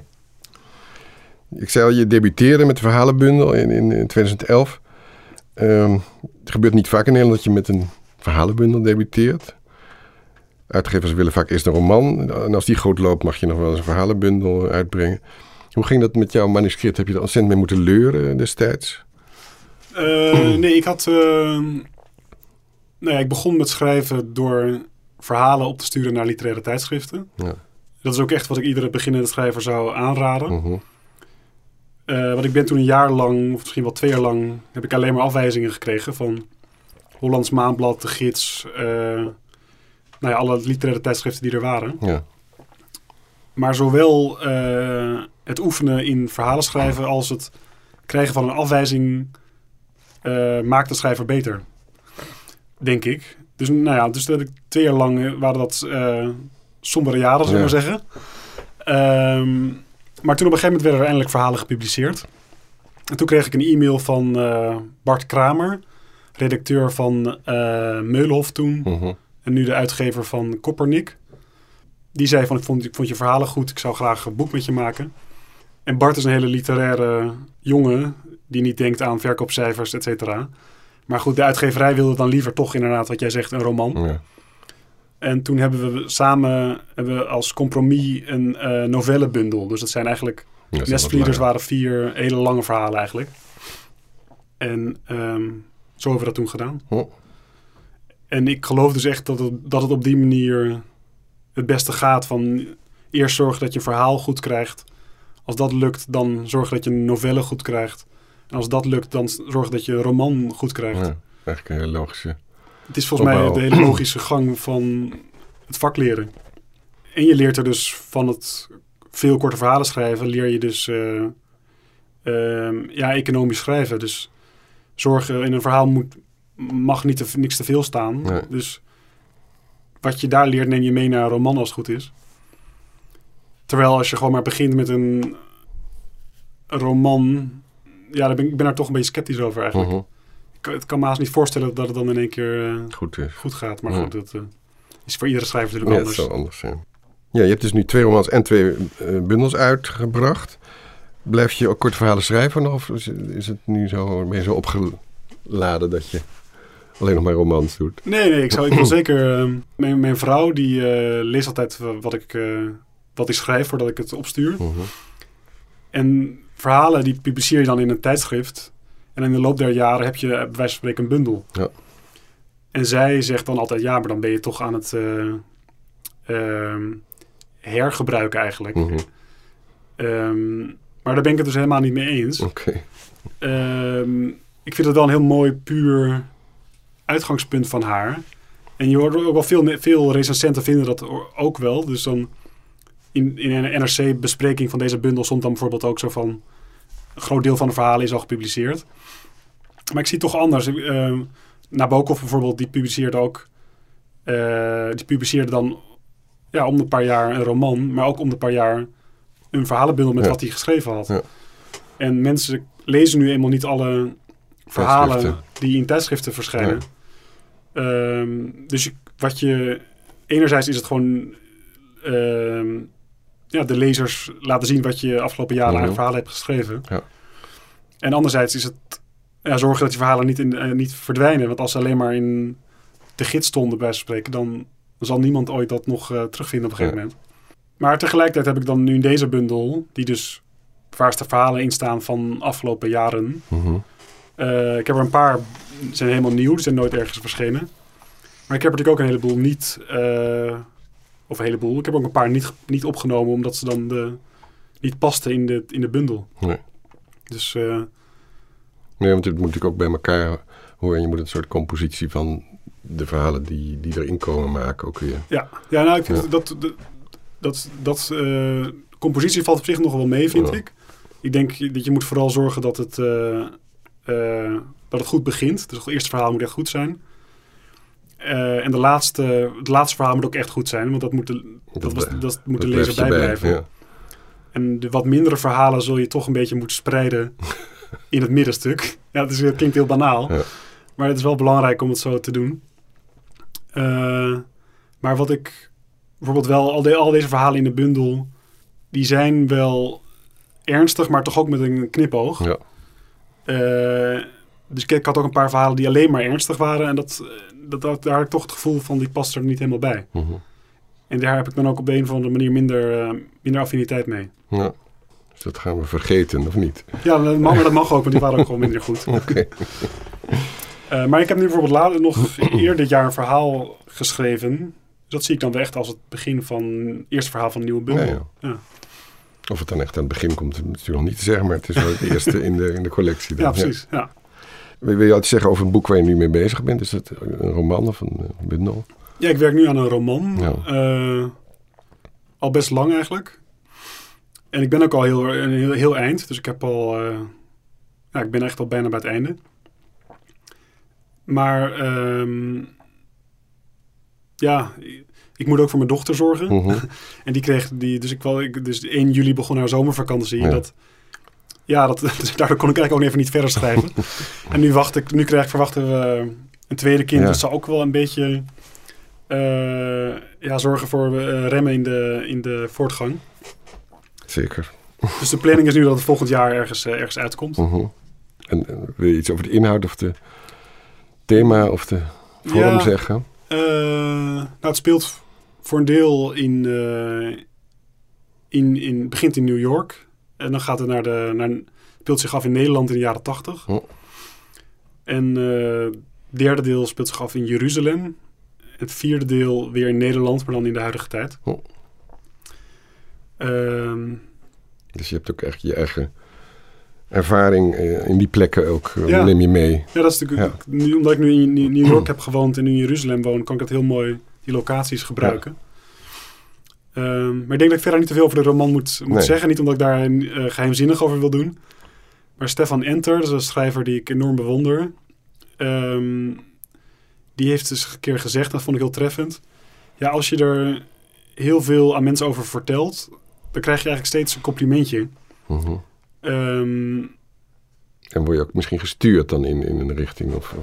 Ik zei al, je debuteerde met de verhalenbundel in, in, in twintig elf. Um, het gebeurt niet vaak in Nederland dat je met een verhalenbundel debuteert. Uitgevers willen vaak eerst een roman. En als die goed loopt, mag je nog wel eens een verhalenbundel uitbrengen. Hoe ging dat met jouw manuscript? Heb je er ontzettend mee moeten leuren destijds? Uh, nee, ik had... Uh, nou ja, ik begon met schrijven door verhalen op te sturen naar literaire tijdschriften. Ja. Dat is ook echt wat ik iedere beginnende schrijver zou aanraden. Uh-huh. Uh, want ik ben toen een jaar lang, of misschien wel twee jaar lang... heb ik alleen maar afwijzingen gekregen van Hollands Maandblad, De Gids... Uh, nou ja, alle literaire tijdschriften die er waren. Ja. Maar zowel uh, het oefenen in verhalen schrijven als het krijgen van een afwijzing uh, maakt de schrijver beter. Denk ik. Dus nou ja, dus dat ik twee jaar lang waren dat uh, sombere jaren, zullen we ja. zeggen. Um, maar toen op een gegeven moment werden er eindelijk verhalen gepubliceerd. En toen kreeg ik een e-mail van uh, Bart Kramer, redacteur van uh, Meulenhof toen. Uh-huh. En nu de uitgever van Koppernik. Die zei van, ik vond, ik vond je verhalen goed. Ik zou graag een boek met je maken. En Bart is een hele literaire jongen. Die niet denkt aan verkoopcijfers, et cetera. Maar goed, de uitgeverij wilde dan liever toch inderdaad, wat jij zegt, een roman. Ja. En toen hebben we samen hebben we als compromis een uh, novellenbundel. Dus dat zijn eigenlijk... Ja, Nestvlieders waren vier hele lange verhalen eigenlijk. En um, zo hebben we dat toen gedaan. Oh. En ik geloof dus echt dat het, dat het op die manier het beste gaat van eerst zorgen dat je een verhaal goed krijgt. Als dat lukt, dan zorg dat je een novelle goed krijgt. En als dat lukt, dan zorg dat je een roman goed krijgt. Ja, eigenlijk een hele logische Het is volgens opbouw. mij de hele logische gang van het vak leren. En je leert er dus van het veel korte verhalen schrijven, leer je dus uh, uh, ja, economisch schrijven. Dus zorgen in een verhaal moet... mag niet te, niks te veel staan. Nee. Dus wat je daar leert, neem je mee naar een roman als het goed is. Terwijl als je gewoon maar begint met een roman... Ja, dan ben, ik ben daar toch een beetje sceptisch over eigenlijk. Uh-huh. Ik, het kan me haast niet voorstellen dat het dan in één keer uh, goed, is. goed gaat. Maar uh-huh. goed, dat, uh, is voor iedere schrijver natuurlijk Ja, anders. het zal anders zijn. Ja, je hebt dus nu twee romans en twee uh, bundels uitgebracht. Blijf je ook korte verhalen schrijven nog? Of is, is het nu zo, ben je zo opgeladen dat je alleen nog maar romans doet? Nee, nee, ik, zou, ik wil zeker... Uh, mijn, mijn vrouw die uh, leest altijd wat ik, uh, wat ik schrijf voordat ik het opstuur. Uh-huh. En verhalen die publiceer je dan in een tijdschrift. En in de loop der jaren heb je bij wijze van spreken een bundel. Ja. En zij zegt dan altijd, ja, maar dan ben je toch aan het uh, uh, hergebruiken eigenlijk. Uh-huh. Um, maar daar ben ik het dus helemaal niet mee eens. Okay. Um, ik vind het wel een heel mooi, puur uitgangspunt van haar. En je hoort ook wel veel, veel recensenten vinden dat ook wel. Dus dan in, in een N R C-bespreking van deze bundel stond dan bijvoorbeeld ook zo van... Een groot deel van de verhalen is al gepubliceerd. Maar ik zie het toch anders. Uh, Nabokov bijvoorbeeld, die publiceerde ook... Uh, die publiceerde dan ja, om de paar jaar een roman, maar ook om de paar jaar een verhalenbundel met ja. wat hij geschreven had. Ja. En mensen lezen nu eenmaal niet alle verhalen die in tijdschriften verschijnen. Ja. Um, dus je, wat je... Enerzijds is het gewoon... Um, ja, de lezers laten zien wat je afgelopen jaren mm-hmm. aan verhalen hebt geschreven. Ja. En anderzijds is het ja, zorgen dat die verhalen niet, in, uh, niet verdwijnen. Want als ze alleen maar in de gids stonden, bij wijze van spreken, dan zal niemand ooit dat nog uh, terugvinden op een gegeven ja. moment. Maar tegelijkertijd heb ik dan nu in deze bundel, die dus waar de verhalen in staan van afgelopen jaren. Mm-hmm. Uh, ik heb er een paar, die zijn helemaal nieuw, die zijn nooit ergens verschenen. Maar ik heb er natuurlijk ook een heleboel niet... Uh, Of een heleboel. Ik heb ook een paar niet, niet opgenomen... omdat ze dan de, niet pasten in de, in de bundel. Nee. Dus... Uh, nee, want het moet natuurlijk ook bij elkaar horen. En je moet een soort compositie van de verhalen die, die erin komen maken ook weer. Ja, ja nou, ik vind ja. dat... dat, dat, dat uh, compositie valt op zich nog wel mee, vind ja. ik. Ik denk dat je moet vooral zorgen dat het, uh, uh, dat het goed begint. Dus het eerste verhaal moet echt goed zijn. Uh, en de laatste, het laatste verhaal moet ook echt goed zijn. Want dat moet de, dat dat was, dat moet de lezer bijblijven. Bij, ja. En de wat mindere verhalen zul je toch een beetje moeten spreiden in het middenstuk. Ja, dus het klinkt heel banaal. Ja. Maar het is wel belangrijk om het zo te doen. Uh, maar wat ik... Bijvoorbeeld wel, al, de, al deze verhalen in de bundel... Die zijn wel ernstig, maar toch ook met een knipoog. Ja. Uh, dus ik, ik had ook een paar verhalen die alleen maar ernstig waren. En dat... Dat, dat, daar had ik toch het gevoel van, die past er niet helemaal bij. Uh-huh. En daar heb ik dan ook op de een of andere manier minder, uh, minder affiniteit mee. Ja, dus dat gaan we vergeten, of niet? Ja, dat mag, maar dat mag ook, want die waren ook gewoon minder goed. Okay. uh, maar ik heb nu bijvoorbeeld later nog eerder dit jaar een verhaal geschreven. Dus dat zie ik dan wel echt als het begin van het eerste verhaal van een nieuwe bundel. Ja, ja. Ja. Of het dan echt aan het begin komt, dat is natuurlijk nog niet te zeggen, maar het is wel het eerste in de, in de collectie. Dan. Ja, precies, ja. ja. Wil je iets zeggen over een boek waar je nu mee bezig bent? Is het een roman of een bundel? Ja, ik werk nu aan een roman. Ja. Uh, al best lang eigenlijk. En ik ben ook al heel, heel, heel eind. Dus ik heb al... Uh, ja, ik ben echt al bijna bij het einde. Maar... Um, ja, ik moet ook voor mijn dochter zorgen. Uh-huh. En die kreeg... Die, dus, ik wel, ik, dus één juli begon haar zomervakantie. Ja. Dat... Ja, dat, dus daardoor kon ik eigenlijk ook even niet verder schrijven. En nu, wacht ik, nu krijg, verwachten we een tweede kind. Ja. Dat zal ook wel een beetje uh, ja, zorgen voor uh, remmen in de, in de voortgang. Zeker. Dus de planning is nu dat het volgend jaar ergens, uh, ergens uitkomt. Uh-huh. En uh, wil je iets over de inhoud of de thema of de vorm ja, zeggen? Uh, nou, het speelt voor een deel in... Uh, in, in begint in New York... En dan gaat het naar de... Naar, speelt zich af in Nederland in de jaren tachtig. Oh. En uh, het derde deel speelt zich af in Jeruzalem. Het vierde deel weer in Nederland, maar dan in de huidige tijd. Oh. Um, dus je hebt ook echt je eigen ervaring uh, in die plekken ook. Uh, ja. Neem je mee. Ja, dat is natuurlijk... Ja. Nu, omdat ik nu in New York heb gewoond en nu in Jeruzalem woon... kan ik dat heel mooi, die locaties gebruiken. Ja. Um, maar ik denk dat ik verder niet te veel over de roman moet, moet nee. zeggen. Niet omdat ik daar uh, geheimzinnig over wil doen. Maar Stefan Enter, dat is een schrijver die ik enorm bewonder. Um, die heeft dus een keer gezegd, dat vond ik heel treffend. Ja, als je er heel veel aan mensen over vertelt... dan krijg je eigenlijk steeds een complimentje. Uh-huh. Um, en word je ook misschien gestuurd dan in, in een richting? Of, of...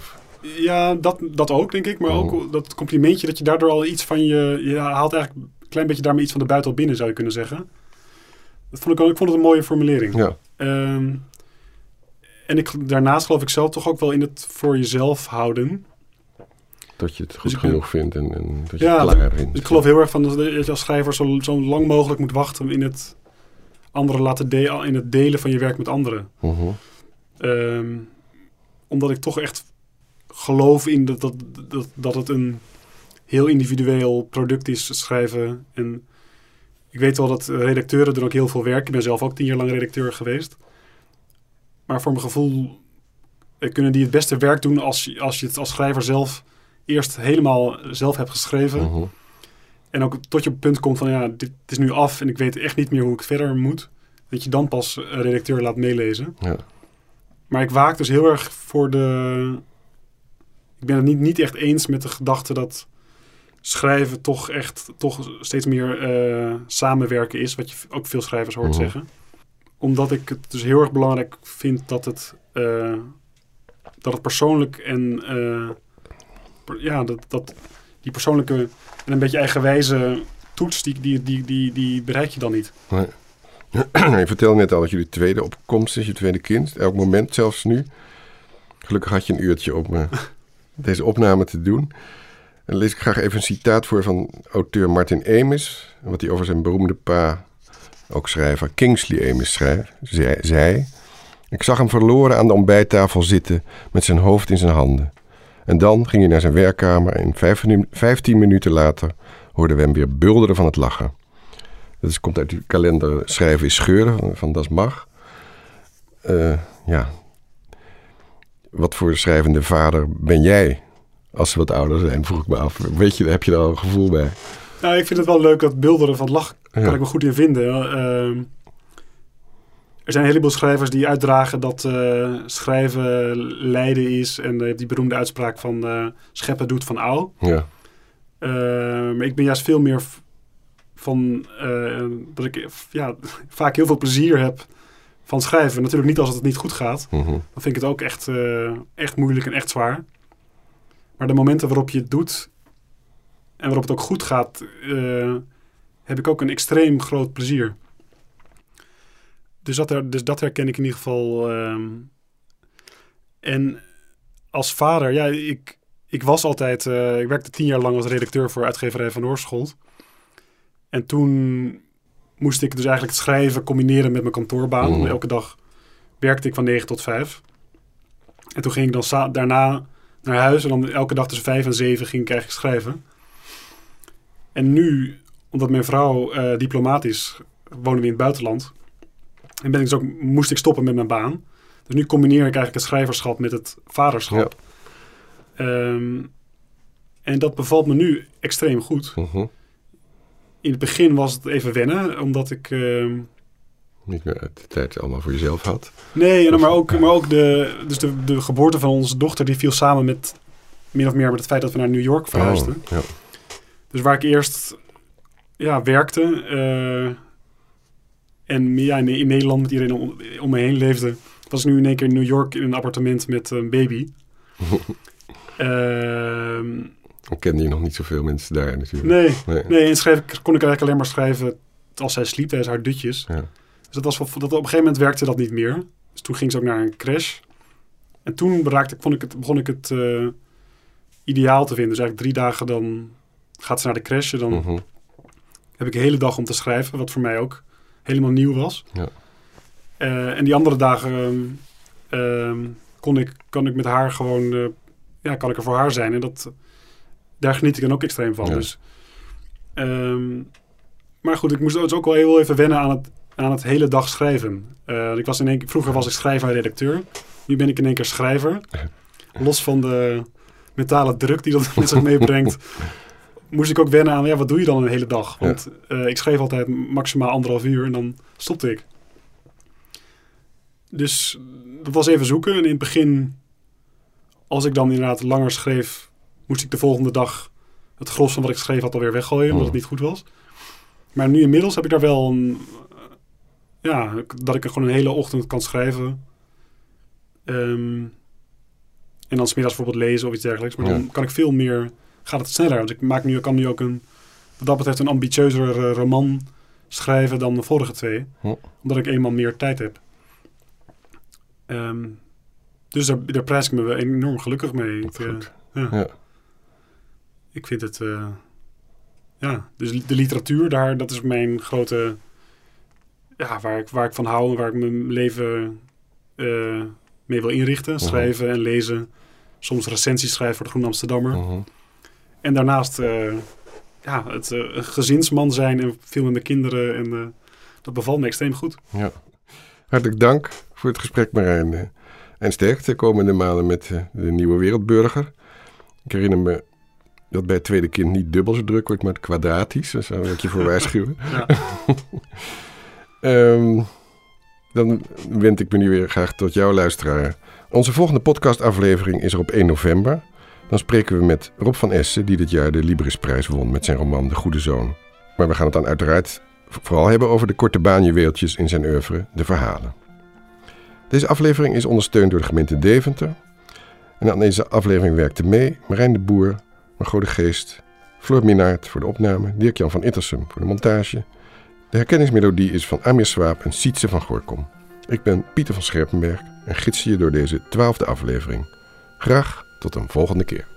Ja, dat, dat ook, denk ik. Maar Oh. ook dat complimentje dat je daardoor al iets van je... Je haalt eigenlijk een klein beetje daarmee iets van de buitenop binnen, zou je kunnen zeggen. Dat vond ik, ook, ik vond het een mooie formulering. Ja. Um, en ik, daarnaast geloof ik zelf toch ook wel in het voor jezelf houden. Dat je het goed Dus ik genoeg ben- vindt en, en dat je Ja, klaar dat- bent. Dus ik geloof heel erg van dat je als schrijver zo, zo lang mogelijk moet wachten in het anderen laten de- in het delen van je werk met anderen. Mhm. Um, omdat ik toch echt geloof in dat, dat, dat, dat het een heel individueel product is, schrijven. En ik weet wel dat redacteuren doen ook heel veel werk. Ik ben zelf ook tien jaar lang redacteur geweest. Maar voor mijn gevoel eh, kunnen die het beste werk doen als, je- als je het als schrijver zelf eerst helemaal zelf hebt geschreven. Mhm. En ook tot je op het punt komt van, ja, dit is nu af en ik weet echt niet meer hoe ik verder moet. Dat je dan pas een redacteur laat meelezen. Ja. Maar ik waak dus heel erg voor de... Ik ben het niet, niet echt eens met de gedachte dat schrijven toch echt toch steeds meer eh, samenwerken is. Wat je ook veel schrijvers hoort Mhm. zeggen. Omdat ik het dus heel erg belangrijk vind dat het, eh, dat het persoonlijk en... eh, per- ja, dat, dat die persoonlijke en een beetje eigenwijze toets, die, die, die, die, die bereik je dan niet. Nee. Je vertelde net al dat jullie tweede opkomst is, je tweede kind. Elk moment, zelfs nu. Gelukkig had je een uurtje om uh, deze opname te doen. En dan lees ik graag even een citaat voor van auteur Martin Amis. Wat hij over zijn beroemde pa, ook schrijver, Kingsley Amis schrijft. Zij, zei, ik zag hem verloren aan de ontbijttafel zitten met zijn hoofd in zijn handen. En dan ging hij naar zijn werkkamer en vijftien minuten later hoorden we hem weer bulderen van het lachen. Dat is, komt uit de kalender Schrijven is scheuren van, van Das Mag. Uh, ja. Wat voor schrijvende vader ben jij als ze wat ouder zijn, vroeg ik me af. Weet je, heb je daar al een gevoel bij? Nou, ik vind het wel leuk dat bulderen van het lachen, kan Ja. ik me goed in vinden. Uh, er zijn een heleboel schrijvers die uitdragen dat uh, schrijven lijden is. En je hebt die beroemde uitspraak van uh, scheppen doet van ouw. Ja. Uh, maar ik ben juist veel meer v- van uh, dat ik ja, vaak heel veel plezier heb van schrijven. Natuurlijk niet als het niet goed gaat. Mm-hmm. Dan vind ik het ook echt, uh, echt moeilijk en echt zwaar. Maar de momenten waarop je het doet en waarop het ook goed gaat, uh, heb ik ook een extreem groot plezier. Dus dat, er, dus dat herken ik in ieder geval. Um, en als vader, ja, ik, ik was altijd... Uh, ik werkte tien jaar lang als redacteur voor uitgeverij Van Oorschot. En toen moest ik dus eigenlijk het schrijven combineren met mijn kantoorbaan. Mm. Elke dag werkte ik van negen tot vijf. En toen ging ik dan sa- daarna naar huis. En dan elke dag tussen vijf en zeven ging ik eigenlijk schrijven. En nu, omdat mijn vrouw uh, diplomaat is, wonen we in het buitenland. En ben ik dus ook, moest ik stoppen met mijn baan. Dus nu combineer ik eigenlijk het schrijverschap met het vaderschap. Ja. Um, en dat bevalt me nu extreem goed. Mm-hmm. In het begin was het even wennen, omdat ik... Uh, Niet meer de tijd allemaal voor jezelf had. Nee, en, maar ook, maar ook de, dus de, de geboorte van onze dochter, die viel samen met min of meer met het feit dat we naar New York verhuisden. Oh, ja. Dus waar ik eerst ja, werkte uh, en ja, in, in Nederland met iedereen om, om me heen leefde, was ik nu in één keer in New York in een appartement met een baby. uh, Dan kende je nog niet zoveel mensen daar natuurlijk. Nee, nee. nee en schreef, kon ik eigenlijk alleen maar schrijven als zij sliep tijdens haar dutjes. Ja. Dus dat was, dat, op een gegeven moment werkte dat niet meer. Dus toen ging ze ook naar een crash. En toen bereikte, vond ik het, begon ik het uh, ideaal te vinden. Dus eigenlijk drie dagen dan gaat ze naar de crash. Dan Mm-hmm. heb ik de hele dag om te schrijven. Wat voor mij ook helemaal nieuw was. Ja. Uh, en die andere dagen um, um, kon ik, kon ik met haar gewoon... Uh, ja, kan ik er voor haar zijn. En dat, daar geniet ik dan ook extreem van. Ja. Dus, um, maar goed, ik moest dus ook wel heel even wennen aan het... aan het hele dag schrijven. Uh, ik was in één keer, vroeger was ik schrijver en redacteur. Nu ben ik in één keer schrijver. Los van de mentale druk die dat met zich meebrengt, moest ik ook wennen aan, ja, wat doe je dan een hele dag? Want ja. uh, ik schreef altijd maximaal anderhalf uur en dan stopte ik. Dus dat was even zoeken. En in het begin, als ik dan inderdaad langer schreef, moest ik de volgende dag het gros van wat ik schreef had alweer weggooien, omdat het niet goed was. Maar nu inmiddels heb ik daar wel een... Ja, dat ik er gewoon een hele ochtend kan schrijven. Um, En dan 's middags bijvoorbeeld lezen of iets dergelijks. Maar dan Ja. kan ik veel meer, gaat het sneller. Want ik maak nu, kan nu ook een, wat dat betreft een ambitieuzere roman schrijven dan de vorige twee. Hm. Omdat ik eenmaal meer tijd heb. Um, dus daar, daar prijs ik me wel enorm gelukkig mee. Ik, uh, ja. Ja. ik vind het... Uh, ja, dus de literatuur, daar, dat is mijn grote... Ja, waar ik, waar ik van hou en waar ik mijn leven uh, mee wil inrichten. Schrijven uh-huh. en lezen. Soms recensies schrijven voor de Groene Amsterdammer. Uh-huh. En daarnaast uh, ja, het uh, gezinsman zijn en veel met mijn kinderen. En uh, dat bevalt me extreem goed. Ja. Hartelijk dank voor het gesprek, Marijn. Uh, en sterkte de komende maanden met uh, de nieuwe wereldburger. Ik herinner me dat bij het tweede kind niet dubbel zo druk wordt, maar kwadratisch. Daar zou ik je voor waarschuwen. Ja. um, dan wend ik me nu weer graag tot jou, luisteraar. Onze volgende podcastaflevering is er op één november. Dan spreken we met Rob van Essen, die dit jaar de Librisprijs won met zijn roman De Goede Zoon. Maar we gaan het dan uiteraard vooral hebben over de korte baanjuweeltjes in zijn oeuvre, de verhalen. Deze aflevering is ondersteund door de gemeente Deventer. En aan deze aflevering werkten mee Marijn de Boer, Margot de Geest, Floor Minaert voor de opname, Dirk-Jan van Ittersum voor de montage. De herkenningsmelodie is van Amir Swaap en Sietse van Gorkom. Ik ben Pieter van Scherpenberg en gids je door deze twaalfde aflevering. Graag tot een volgende keer.